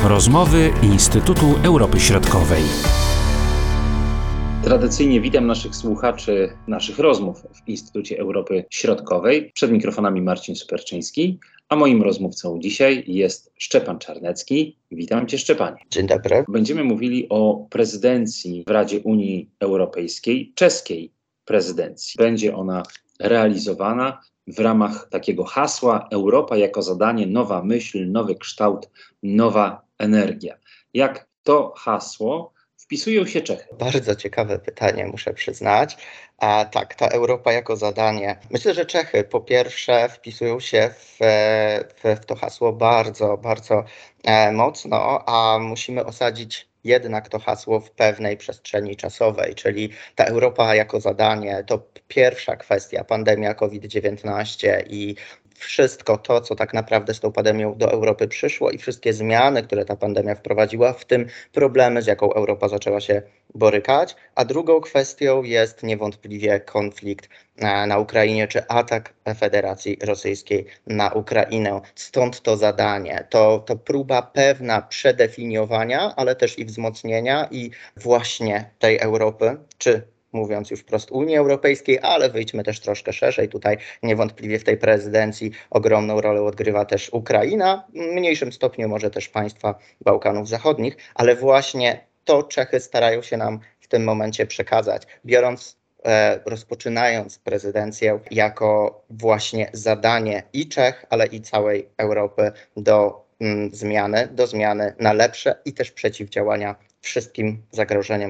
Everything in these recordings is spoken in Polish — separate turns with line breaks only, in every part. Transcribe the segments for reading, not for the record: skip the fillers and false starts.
Rozmowy Instytutu Europy Środkowej.
Tradycyjnie witam naszych słuchaczy, naszych rozmów w Instytucie Europy Środkowej. Przed mikrofonami Marcin Superczyński, a moim rozmówcą dzisiaj jest Szczepan Czarnecki. Witam Cię, Szczepanie.
Dzień dobry.
Będziemy mówili o prezydencji w Radzie Unii Europejskiej, czeskiej prezydencji. Będzie ona realizowana w ramach takiego hasła Europa jako zadanie, nowa myśl, nowy kształt, nowa energia. Jak to hasło wpisują się Czechy?
Bardzo ciekawe pytanie, muszę przyznać. Tak, ta Europa jako zadanie. Myślę, że Czechy po pierwsze wpisują się w to hasło bardzo, bardzo mocno, a musimy osadzić jednak to hasło w pewnej przestrzeni czasowej, czyli ta Europa jako zadanie to pierwsza kwestia, pandemia COVID-19 i wszystko to, co tak naprawdę z tą pandemią do Europy przyszło i wszystkie zmiany, które ta pandemia wprowadziła, w tym problemy, z jaką Europa zaczęła się borykać. A drugą kwestią jest niewątpliwie konflikt na Ukrainie, czy atak Federacji Rosyjskiej na Ukrainę. Stąd to zadanie, to próba pewna przedefiniowania, ale też i wzmocnienia i właśnie tej Europy, czy mówiąc już wprost Unii Europejskiej, ale wyjdźmy też troszkę szerzej. Tutaj niewątpliwie w tej prezydencji ogromną rolę odgrywa też Ukraina, w mniejszym stopniu może też państwa Bałkanów Zachodnich, ale właśnie to Czechy starają się nam w tym momencie przekazać, rozpoczynając prezydencję jako właśnie zadanie i Czech, ale i całej Europy do zmiany na lepsze i też przeciwdziałania wszystkim zagrożeniom,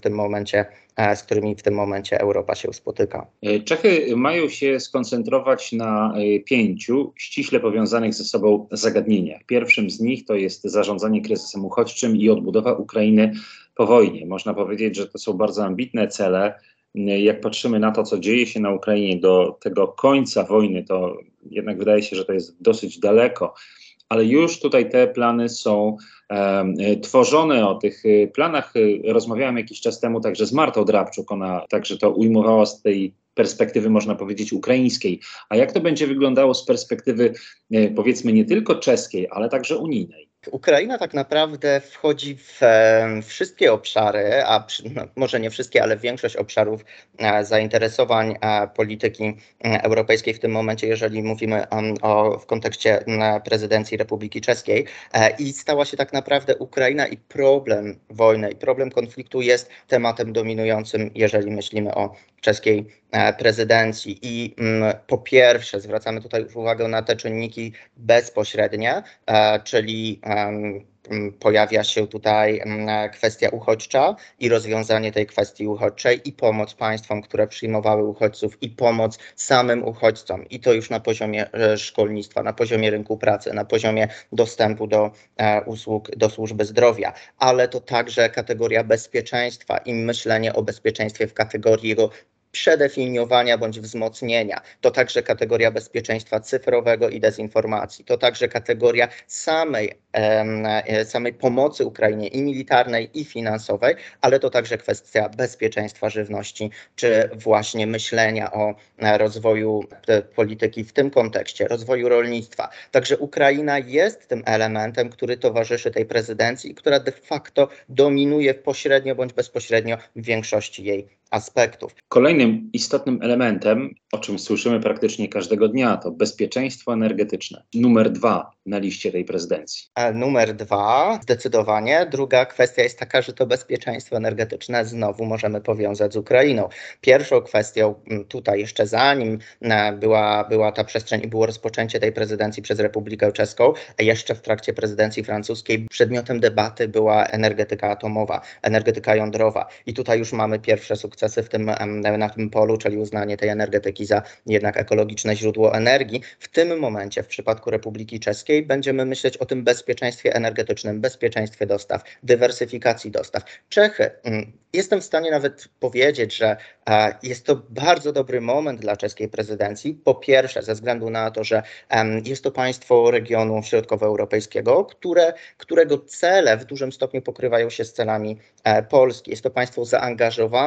z którymi w tym momencie Europa się spotyka.
Czechy mają się skoncentrować na 5 ściśle powiązanych ze sobą zagadnieniach. Pierwszym z nich to jest zarządzanie kryzysem uchodźczym i odbudowa Ukrainy po wojnie. Można powiedzieć, że to są bardzo ambitne cele. Jak patrzymy na to, co dzieje się na Ukrainie do tego końca wojny, to jednak wydaje się, że to jest dosyć daleko. Ale już tutaj te plany są tworzone. O tych planach rozmawiałem jakiś czas temu także z Martą Drabczuk. Ona także to ujmowała z tej perspektywy, można powiedzieć, ukraińskiej. A jak to będzie wyglądało z perspektywy, powiedzmy, nie tylko czeskiej, ale także unijnej?
Ukraina tak naprawdę wchodzi w wszystkie obszary, może nie wszystkie, ale większość obszarów zainteresowań polityki europejskiej w tym momencie, jeżeli mówimy w kontekście prezydencji Republiki Czeskiej. I stała się tak naprawdę Ukraina i problem wojny, i problem konfliktu jest tematem dominującym, jeżeli myślimy o czeskiej prezydencji. I po pierwsze zwracamy tutaj uwagę na te czynniki bezpośrednie, czyli pojawia się tutaj kwestia uchodźcza i rozwiązanie tej kwestii uchodźczej i pomoc państwom, które przyjmowały uchodźców i pomoc samym uchodźcom. I to już na poziomie szkolnictwa, na poziomie rynku pracy, na poziomie dostępu do usług, do służby zdrowia. Ale to także kategoria bezpieczeństwa i myślenie o bezpieczeństwie w kategorii jego przedefiniowania bądź wzmocnienia. To także kategoria bezpieczeństwa cyfrowego i dezinformacji. To także kategoria samej pomocy Ukrainie i militarnej, i finansowej, ale to także kwestia bezpieczeństwa żywności, czy właśnie myślenia o rozwoju polityki w tym kontekście, rozwoju rolnictwa. Także Ukraina jest tym elementem, który towarzyszy tej prezydencji i która de facto dominuje pośrednio bądź bezpośrednio w większości jej aspektów.
Kolejnym istotnym elementem, o czym słyszymy praktycznie każdego dnia, to bezpieczeństwo energetyczne. Numer 2 na liście tej prezydencji.
Numer 2, zdecydowanie. Druga kwestia jest taka, że to bezpieczeństwo energetyczne znowu możemy powiązać z Ukrainą. Pierwszą kwestią tutaj jeszcze zanim była ta przestrzeń i było rozpoczęcie tej prezydencji przez Republikę Czeską, a jeszcze w trakcie prezydencji francuskiej przedmiotem debaty była energetyka atomowa, energetyka jądrowa. I tutaj już mamy pierwsze sukcesy na tym polu, czyli uznanie tej energetyki za jednak ekologiczne źródło energii. W tym momencie w przypadku Republiki Czeskiej będziemy myśleć o tym bezpieczeństwie energetycznym, bezpieczeństwie dostaw, dywersyfikacji dostaw. Czechy, jestem w stanie nawet powiedzieć, że jest to bardzo dobry moment dla czeskiej prezydencji. Po pierwsze ze względu na to, że jest to państwo regionu środkowoeuropejskiego, którego cele w dużym stopniu pokrywają się z celami Polski. Jest to państwo zaangażowane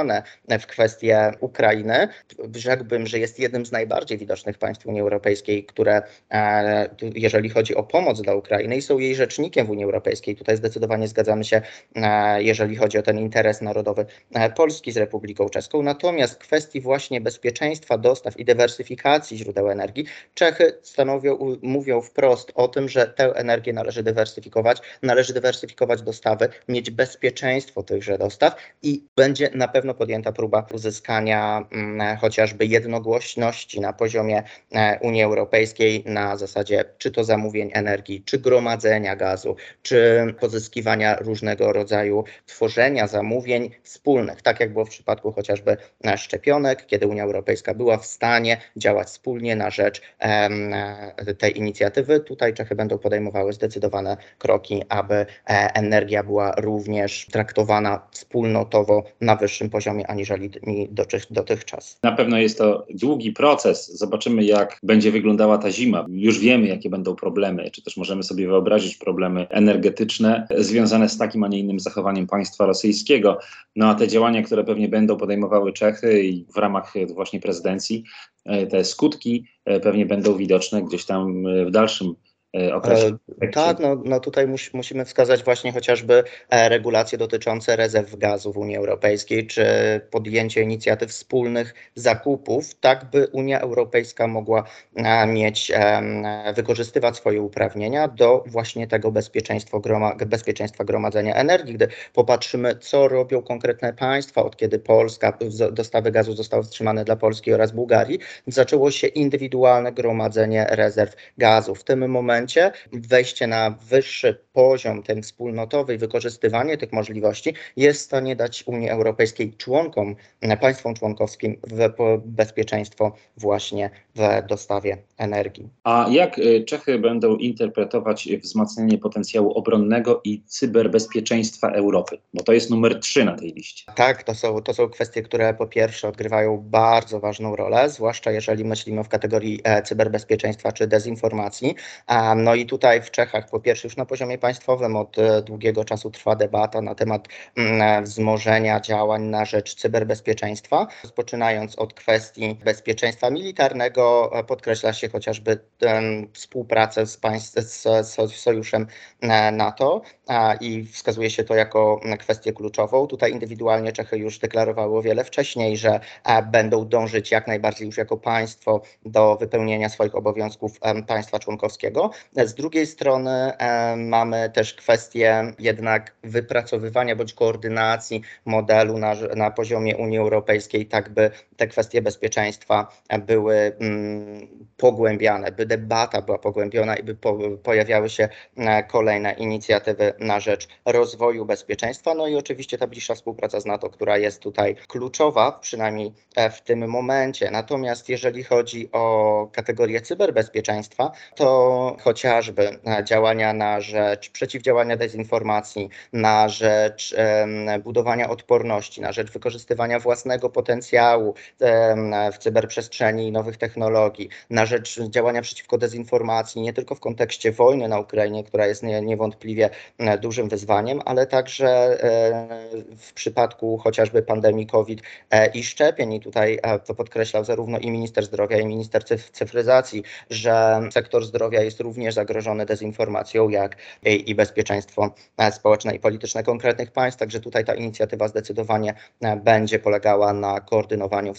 w kwestię Ukrainy. Rzekłbym, że jest jednym z najbardziej widocznych państw Unii Europejskiej, które jeżeli chodzi o pomoc dla Ukrainy i są jej rzecznikiem w Unii Europejskiej. Tutaj zdecydowanie zgadzamy się, jeżeli chodzi o ten interes narodowy Polski z Republiką Czeską. Natomiast w kwestii właśnie bezpieczeństwa dostaw i dywersyfikacji źródeł energii, Czechy mówią wprost o tym, że tę energię należy dywersyfikować dostawy, mieć bezpieczeństwo tychże dostaw i będzie na pewno podjęta próba uzyskania chociażby jednogłośności na poziomie Unii Europejskiej na zasadzie czy to zamówień energii, czy gromadzenia gazu, czy pozyskiwania różnego rodzaju tworzenia zamówień wspólnych, tak jak było w przypadku chociażby szczepionek, kiedy Unia Europejska była w stanie działać wspólnie na rzecz tej inicjatywy. Tutaj Czechy będą podejmowały zdecydowane kroki, aby energia była również traktowana wspólnotowo na wyższym poziomie aniżeli dotychczas.
Na pewno jest to długi proces. Zobaczymy, jak będzie wyglądała ta zima. Już wiemy, jakie będą problemy, czy też możemy sobie wyobrazić problemy energetyczne związane z takim, a nie innym zachowaniem państwa rosyjskiego. No a te działania, które pewnie będą podejmowały Czechy i w ramach właśnie prezydencji, te skutki pewnie będą widoczne gdzieś tam w dalszym okresie.
Tak, no tutaj musimy wskazać właśnie chociażby regulacje dotyczące rezerw gazu w Unii Europejskiej, czy podjęcie inicjatyw wspólnych zakupów, tak by Unia Europejska mogła wykorzystywać swoje uprawnienia do właśnie tego bezpieczeństwa gromadzenia energii. Gdy popatrzymy, co robią konkretne państwa, od kiedy dostawy gazu zostały wstrzymane dla Polski oraz Bułgarii, zaczęło się indywidualne gromadzenie rezerw gazu. W tym momencie wejście na wyższy poziom, ten wspólnotowy, wykorzystywanie tych możliwości jest w stanie dać Unii Europejskiej państwom członkowskim bezpieczeństwo właśnie w dostawie energii.
A jak Czechy będą interpretować wzmacnianie potencjału obronnego i cyberbezpieczeństwa Europy? Bo to jest numer 3 na tej liście.
Tak, to są kwestie, które po pierwsze odgrywają bardzo ważną rolę, zwłaszcza jeżeli myślimy w kategorii cyberbezpieczeństwa czy dezinformacji. No i tutaj w Czechach po pierwsze już na poziomie państwowym od długiego czasu trwa debata na temat wzmożenia działań na rzecz cyberbezpieczeństwa. Rozpoczynając od kwestii bezpieczeństwa militarnego, podkreśla się chociażby współpracę z sojuszem NATO i wskazuje się to jako kwestię kluczową. Tutaj indywidualnie Czechy już deklarowały o wiele wcześniej, że będą dążyć jak najbardziej już jako państwo do wypełnienia swoich obowiązków państwa członkowskiego. Z drugiej strony mamy też kwestię jednak wypracowywania bądź koordynacji modelu na poziomie Unii Europejskiej, tak by te kwestie bezpieczeństwa były pogłębiane, by debata była pogłębiona i by pojawiały się kolejne inicjatywy na rzecz rozwoju bezpieczeństwa. No i oczywiście ta bliższa współpraca z NATO, która jest tutaj kluczowa, przynajmniej w tym momencie. Natomiast jeżeli chodzi o kategorię cyberbezpieczeństwa, to chociażby działania na rzecz przeciwdziałania dezinformacji, na rzecz budowania odporności, na rzecz wykorzystywania własnego potencjału w cyberprzestrzeni i nowych technologii, na rzecz działania przeciwko dezinformacji, nie tylko w kontekście wojny na Ukrainie, która jest niewątpliwie dużym wyzwaniem, ale także w przypadku chociażby pandemii COVID i szczepień. I tutaj to podkreślał zarówno i minister zdrowia, i minister cyfryzacji, że sektor zdrowia jest również zagrożone dezinformacją, jak i bezpieczeństwo społeczne i polityczne konkretnych państw. Także tutaj ta inicjatywa zdecydowanie będzie polegała na koordynowaniu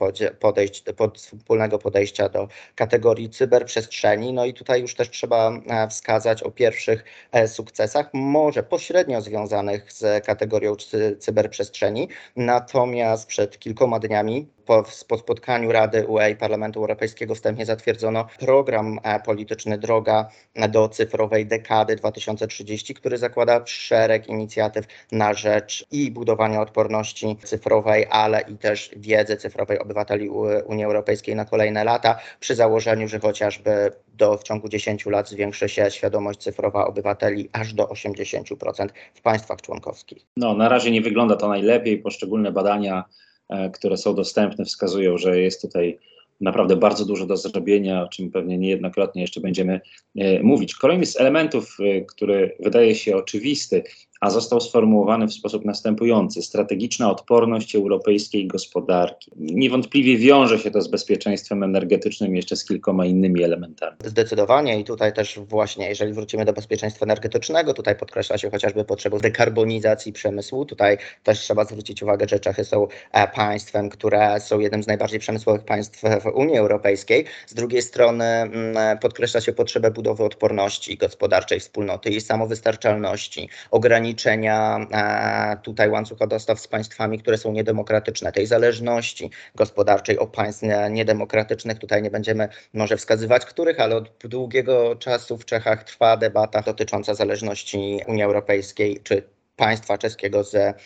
wspólnego podejścia do kategorii cyberprzestrzeni. No i tutaj już też trzeba wskazać o pierwszych sukcesach, może pośrednio związanych z kategorią cyberprzestrzeni. Natomiast przed kilkoma dniami po spotkaniu Rady UE i Parlamentu Europejskiego wstępnie zatwierdzono program polityczny Droga do cyfrowej dekady 2030, który zakłada szereg inicjatyw na rzecz i budowania odporności cyfrowej, ale i też wiedzy cyfrowej obywateli Unii Europejskiej na kolejne lata, przy założeniu, że chociażby w ciągu 10 lat zwiększy się świadomość cyfrowa obywateli aż do 80% w państwach członkowskich.
No, na razie nie wygląda to najlepiej. Poszczególne badania, które są dostępne, wskazują, że jest tutaj naprawdę bardzo dużo do zrobienia, o czym pewnie niejednokrotnie jeszcze będziemy mówić. Kolejny z elementów, który wydaje się oczywisty, a został sformułowany w sposób następujący: strategiczna odporność europejskiej gospodarki. Niewątpliwie wiąże się to z bezpieczeństwem energetycznym, jeszcze z kilkoma innymi elementami.
Zdecydowanie i tutaj też właśnie, jeżeli wrócimy do bezpieczeństwa energetycznego, tutaj podkreśla się chociażby potrzebę dekarbonizacji przemysłu. Tutaj też trzeba zwrócić uwagę, że Czechy są państwem, które są jednym z najbardziej przemysłowych państw w Unii Europejskiej. Z drugiej strony podkreśla się potrzebę budowy odporności gospodarczej wspólnoty i samowystarczalności, ograniczenia tutaj łańcucha dostaw z państwami, które są niedemokratyczne, tej zależności gospodarczej od państw niedemokratycznych. Tutaj nie będziemy może wskazywać których, ale od długiego czasu w Czechach trwa debata dotycząca zależności Unii Europejskiej czy państwa czeskiego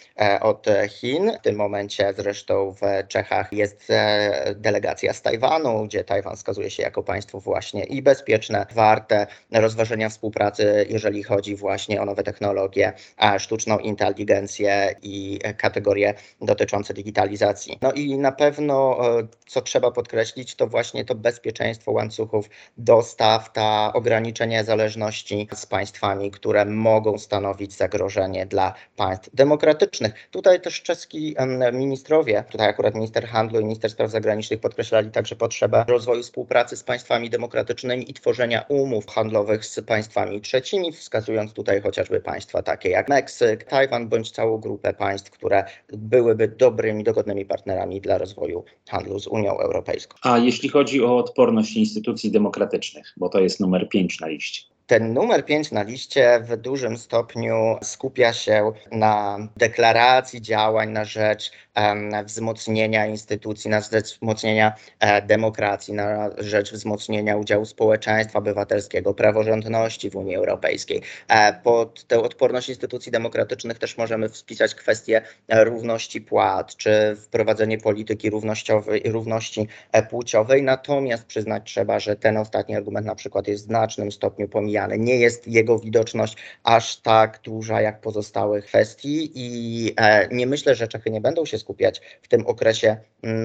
od Chin. W tym momencie zresztą w Czechach jest delegacja z Tajwanu, gdzie Tajwan wskazuje się jako państwo właśnie i bezpieczne, warte rozważenia współpracy, jeżeli chodzi właśnie o nowe technologie, sztuczną inteligencję i kategorie dotyczące digitalizacji. No i na pewno, co trzeba podkreślić, to właśnie to bezpieczeństwo łańcuchów dostaw, ta ograniczenie zależności z państwami, które mogą stanowić zagrożenie dla państw demokratycznych. Tutaj też czeski ministrowie, tutaj akurat minister handlu i minister spraw zagranicznych podkreślali także potrzebę rozwoju współpracy z państwami demokratycznymi i tworzenia umów handlowych z państwami trzecimi, wskazując tutaj chociażby państwa takie jak Meksyk, Tajwan bądź całą grupę państw, które byłyby dobrymi, dogodnymi partnerami dla rozwoju handlu z Unią Europejską.
A jeśli chodzi o odporność instytucji demokratycznych, bo to jest numer 5 na liście.
Ten numer 5 na liście w dużym stopniu skupia się na deklaracji działań na rzecz wzmocnienia instytucji, na rzecz wzmocnienia demokracji, na rzecz wzmocnienia udziału społeczeństwa obywatelskiego, praworządności w Unii Europejskiej. Pod tę odporność instytucji demokratycznych też możemy wpisać kwestię równości płac, czy wprowadzenie polityki równościowej, równości płciowej. Natomiast przyznać trzeba, że ten ostatni argument na przykład jest w znacznym stopniu pomijany. Nie jest jego widoczność aż tak duża jak pozostałych kwestii i nie myślę, że Czechy nie będą się skupiać w tym okresie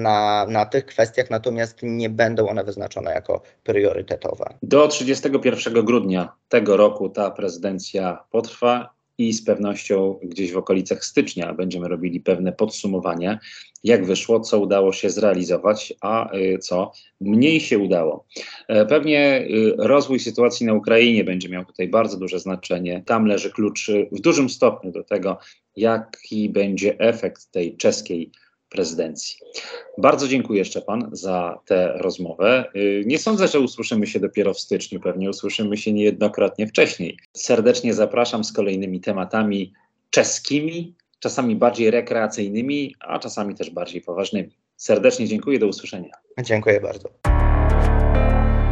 na tych kwestiach, natomiast nie będą one wyznaczone jako priorytetowe.
Do 31 grudnia tego roku ta prezydencja potrwa i z pewnością gdzieś w okolicach stycznia będziemy robili pewne podsumowania, jak wyszło, co udało się zrealizować, a co mniej się udało. Pewnie rozwój sytuacji na Ukrainie będzie miał tutaj bardzo duże znaczenie. Tam leży klucz w dużym stopniu do tego, jaki będzie efekt tej czeskiej prezydencji. Bardzo dziękuję, Szczepan, za tę rozmowę. Nie sądzę, że usłyszymy się dopiero w styczniu, pewnie usłyszymy się niejednokrotnie wcześniej. Serdecznie zapraszam z kolejnymi tematami czeskimi, czasami bardziej rekreacyjnymi, a czasami też bardziej poważnymi. Serdecznie dziękuję, do usłyszenia.
Dziękuję bardzo.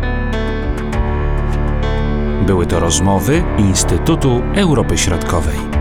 Były to rozmowy Instytutu Europy Środkowej.